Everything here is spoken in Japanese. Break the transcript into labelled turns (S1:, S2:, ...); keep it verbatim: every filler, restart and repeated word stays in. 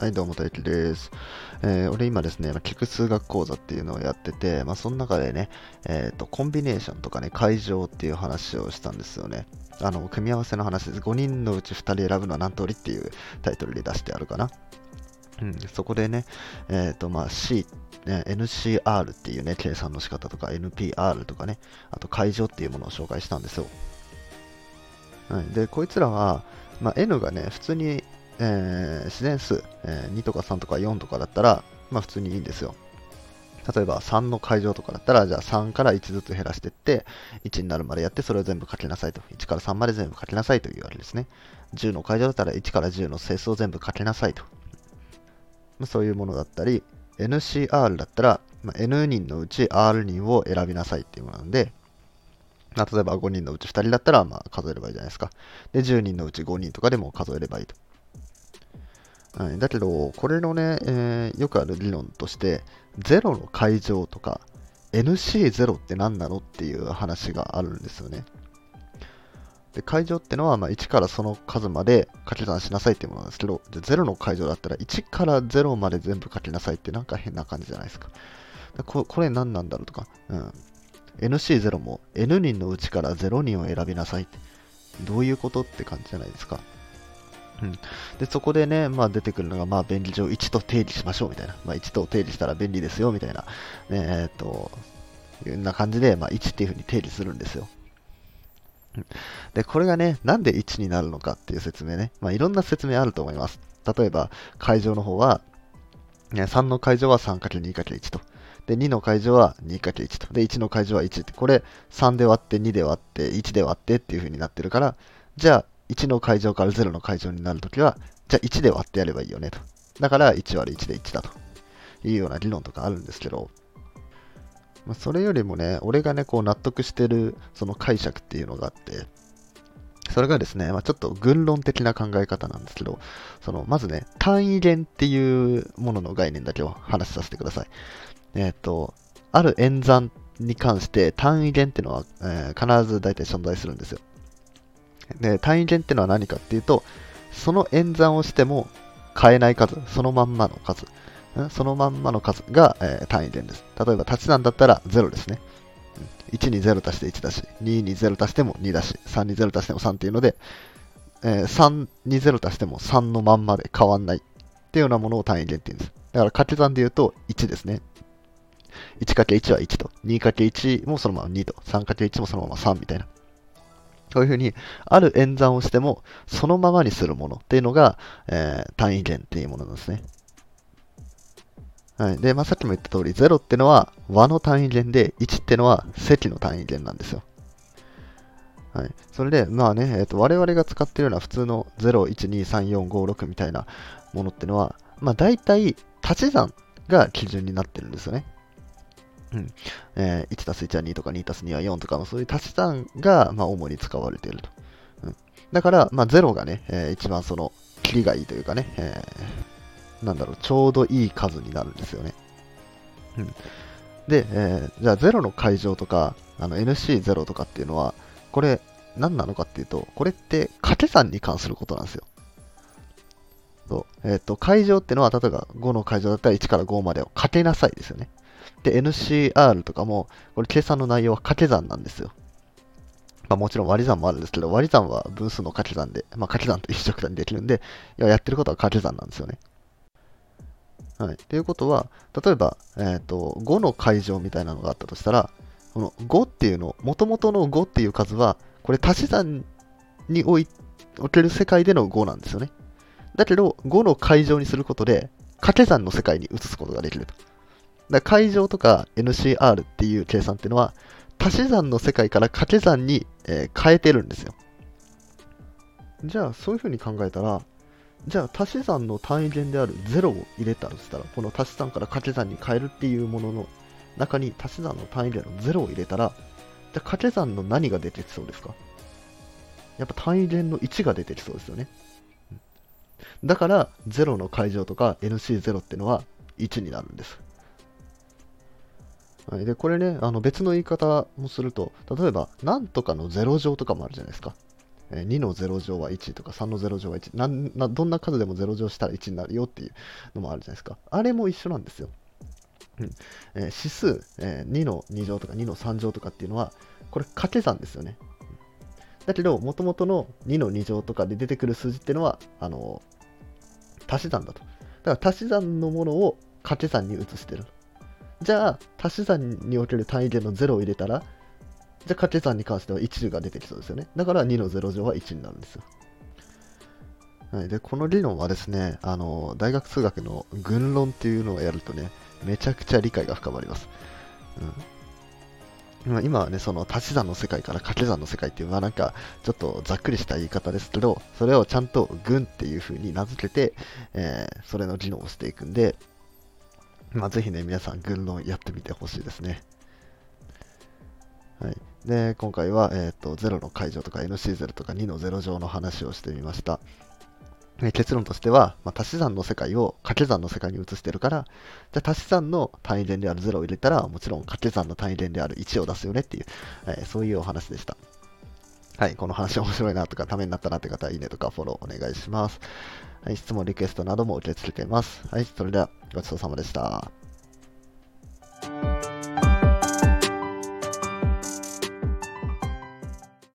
S1: はい、どうも、大輝です。えー俺今ですね、まあ聞く数学講座っていうのをやってて、まあ、その中でね、えっと、コンビネーションとかね、解乗っていう話をしたんですよね。あの、組み合わせの話です。ごにんのうちふたり選ぶのは何通りっていうタイトルで出してあるかな。うん、そこでね、えっと、まあ、C、ね エヌシーアール っていうね、計算の仕方とか、エヌピーアール とかね、あと解乗っていうものを紹介したんですよ。はい、で、こいつらは、まあ、N がね、普通に、えー自然数、えーにとかさんとかよんとかだったら、まあ、普通にいいんですよ。例えばさんの階乗とかだったら、じゃあさんからいちずつ減らしていって、いちになるまでやって、それを全部書きなさいと。いちからさんまで全部書きなさいというわけですね。じゅうの階乗だったらいちからじゅうの整数を全部書きなさいと。まあ、そういうものだったり、エヌシーアール だったら、まあ、N 人のうち R 人を選びなさいっていうものなんで、まあ、例えばごにんのうちふたりだったら、まあ、数えればいいじゃないですか。で、じゅうにんのうちごにんとかでも数えればいいと。はい、だけど、これのね、えーよくある理論として、ゼロの階乗とか、エヌシーゼロ って何なのっていう話があるんですよね。で、階乗ってのは、まあ、いちからその数まで掛け算しなさいっていうものなんですけど、じゃゼロの階乗だったらいちからゼロまで全部掛けなさいってなんか変な感じじゃないですか。ここれ何なんだろうとか、うん。エヌシーゼロ も N 人のうちからゼロ人を選びなさいって、どういうことって感じじゃないですか。うん、でそこでね、まあ、出てくるのが、まあ、便宜上いちと定義しましょうみたいな、まあ、いちと定義したら便利ですよみたいな、ねえー、っと、いうな感じで、まあ、いちっていうふうに定義するんですよ。うんで、これがね、なんでいちになるのかっていう説明ね、まあ、いろんな説明あると思います。例えば、階乗の方は、ね、さんの階乗は さんかけるにかけるいち と。で、にの階乗は にかけるいち と。で、いちの階乗は いち って、これさんで割って、にで割って、いちで割ってっていう風になってるから、じゃあいちの階乗からゼロの階乗になるときは、じゃあいちで割ってやればいいよねと。だからいち割るいちでいちだというような理論とかあるんですけど、まあ、それよりもね、俺がね、こう納得してるその解釈っていうのがあって、それがですね、まあ、ちょっと軍論的な考え方なんですけど、そのまずね、単位元っていうものの概念だけを話しさせてください。えっと、ある演算に関して単位元っていうのは、えー必ず大体存在するんですよ。で、単位元っていうのは何かっていうと、その演算をしても変えない数、そのまんまの数、んそのまんまの数が、えー単位元です。例えば、足し算だったらゼロですね。いちにゼロ足していちだし、ににゼロ足してもにだし、さんにゼロ足してもさんっていうので、えー、さんにゼロ足してもさんのまんまで変わんないっていうようなものを単位元って言うんです。だから掛け算で言うといちですね。いちかけるいち はいちと、にかけるいち もそのままにと、さんかけるいちもそのままさんみたいな。こういうふうに、ある演算をしても、そのままにするものっていうのが、えー単位元っていうものなんですね。はい。で、まあ、さっきも言った通り、ゼロってのは和の単位元で、いちってのは積の単位元なんですよ。はい。それで、まあね、えーと、我々が使っているような普通のゼロ、いち、に、さん、よん、ご、ろくみたいなものってのは、まあ大体足し算が基準になってるんですよね。うん。えー、いちたすいちはにとかにたすにはよんとか、そういう足し算が、まあ、主に使われていると。うん、だから、まあ、ゼロがね、えー一番その、キリがいいというかね、えーなんだろう、ちょうどいい数になるんですよね。うん、で、えーじゃあゼロの階乗とか、あの エヌシーゼロ とかっていうのは、これ何なのかっていうと、これって掛け算に関することなんですよ。そう。えっ、と、階乗っていうのは、例えばごの階乗だったらいちからごまでをかけなさいですよね。で、エヌシーアール とかも、これ計算の内容は掛け算なんですよ。まあ、もちろん割り算もあるんですけど、割り算は分数の掛け算で、まあ、掛け算と一緒くたにできるんで、いややってることは掛け算なんですよね。はい。ということは、例えば、えっ、と、ごの階乗みたいなのがあったとしたら、このごっていうの、元々のごっていう数は、これ足し算においおける世界でのごなんですよね。だけど、ごの階乗にすることで、掛け算の世界に移すことができると。だから階乗とか エヌシーアール っていう計算っていうのは、足し算の世界から掛け算に、えー変えてるんですよ。じゃあ、そういう風に考えたら、じゃあ足し算の単位元であるゼロを入れたとしたら、この足し算から掛け算に変えるっていうものの中に足し算の単位元のゼロを入れたら、じゃあ掛け算の何が出てきそうですか？やっぱ単位元のいちが出てきそうですよね。だから、ゼロの階乗とか エヌシーゼロ っていうのはいちになるんです。はい、で、これね、あの別の言い方もすると、例えば、なんとかのゼロ乗とかもあるじゃないですか。 えーにのゼロ乗はいちとかさんのゼロ乗はいち、なんなどんな数でもゼロ乗したらいちになるよっていうのもあるじゃないですか。あれも一緒なんですよ。うんえー指数、えーにのに乗とかにのさん乗とかっていうのは、これ掛け算ですよね。だけど、もともとのにのに乗とかで出てくる数字っていうのは、あの足し算だと。だから足し算のものを掛け算に移してる。じゃあ、足し算における単位元のゼロを入れたら、じゃあ掛け算に関してはいちが出てきそうですよね。だからにのゼロ乗はいちになるんですよ。はい、でこの理論はですね、あの大学数学の群論っていうのをやるとね、めちゃくちゃ理解が深まります。うん、今はね、その足し算の世界から掛け算の世界っていうのはなんかちょっとざっくりした言い方ですけど、それをちゃんと群っていう風に名付けて、えーそれの理論をしていくんで、まあ、ぜひね、皆さん群論やってみてほしいですね。はい、で今回は、えーと、ゼロの解乗とか エヌシーゼロ とかにのゼロ乗の話をしてみました。結論としては、まあ、足し算の世界を掛け算の世界に移してるから、じゃあ足し算の単位元であるゼロを入れたら、もちろん掛け算の単位元であるいちを出すよねっていう、えーそういうお話でした。はい、この話面白いなとか、ためになったなって方は、いいねとかフォローお願いします。はい、質問、リクエストなども受け付けています。はい、それではごちそうさまでした。